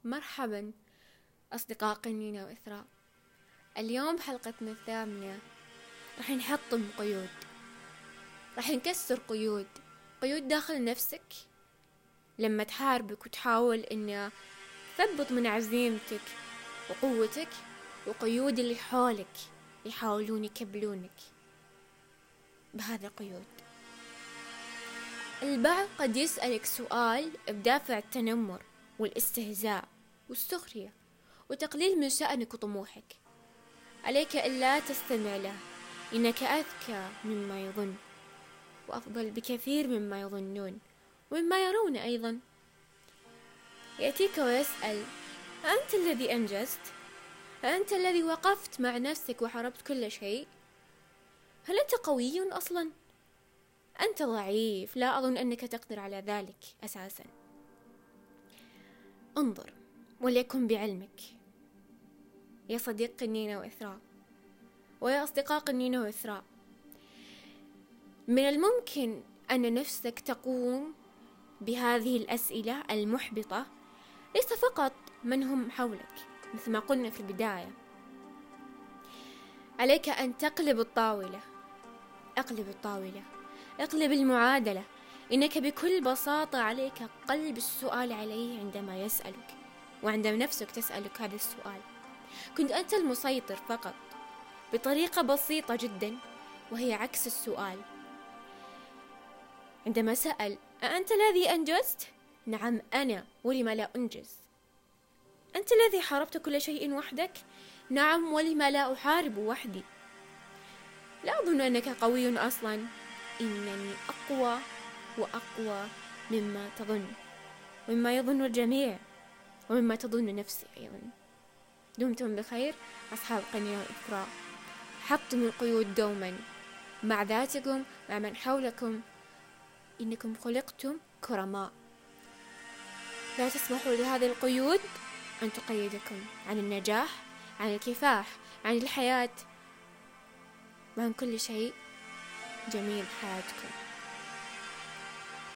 مرحبا أصدقاء قنينة وإثراء. اليوم حلقتنا الثامنة راح نحطم قيود، راح نكسر قيود داخل نفسك لما تحاربك وتحاول إن تثبط من عزيمتك وقوتك، وقيود اللي حولك يحاولون يكبلونك بهذه القيود. البعض قد يسألك سؤال بدافع التنمر والاستهزاء والسخرية وتقليل من شأنك وطموحك. عليك ألا تستمع له، إنك أذكى مما يظن وأفضل بكثير مما يظنون ومما يرون أيضا. يأتيك ويسأل: أنت الذي أنجزت؟ أنت الذي وقفت مع نفسك وحاربت كل شيء؟ هل أنت قوي أصلا؟ أنت ضعيف، لا أظن أنك تقدر على ذلك أساسا. انظر وليكن بعلمك يا صديق قنينة وإثراء ويا أصدقاء قنينة وإثراء، من الممكن أن نفسك تقوم بهذه الأسئلة المحبطة ليس فقط من هم حولك، مثل ما قلنا في البداية. عليك أن تقلب الطاولة، اقلب المعادلة. إنك بكل بساطة عليك قلب السؤال عليه عندما يسألك، وعندما نفسك تسألك هذا السؤال. كنت أنت المسيطر فقط بطريقة بسيطة جدا، وهي عكس السؤال. عندما سأل: أنت الذي أنجزت؟ نعم أنا، ولما لا أنجز؟ أنت الذي حاربت كل شيء وحدك؟ نعم، ولما لا أحارب وحدي؟ لا أظن أنك قوي أصلا، إنني أقوى وأقوى مما تظن، ومما يظن الجميع، ومما تظن نفسي أيضا. دمتم بخير أصحاب قنينة وإثراء. حطموا القيود دوما مع ذاتكم، مع من حولكم. إنكم خلقتم كرماء، لا تسمحوا لهذه القيود أن تقيدكم عن النجاح، عن الكفاح، عن الحياة، وعن كل شيء جميل حياتكم.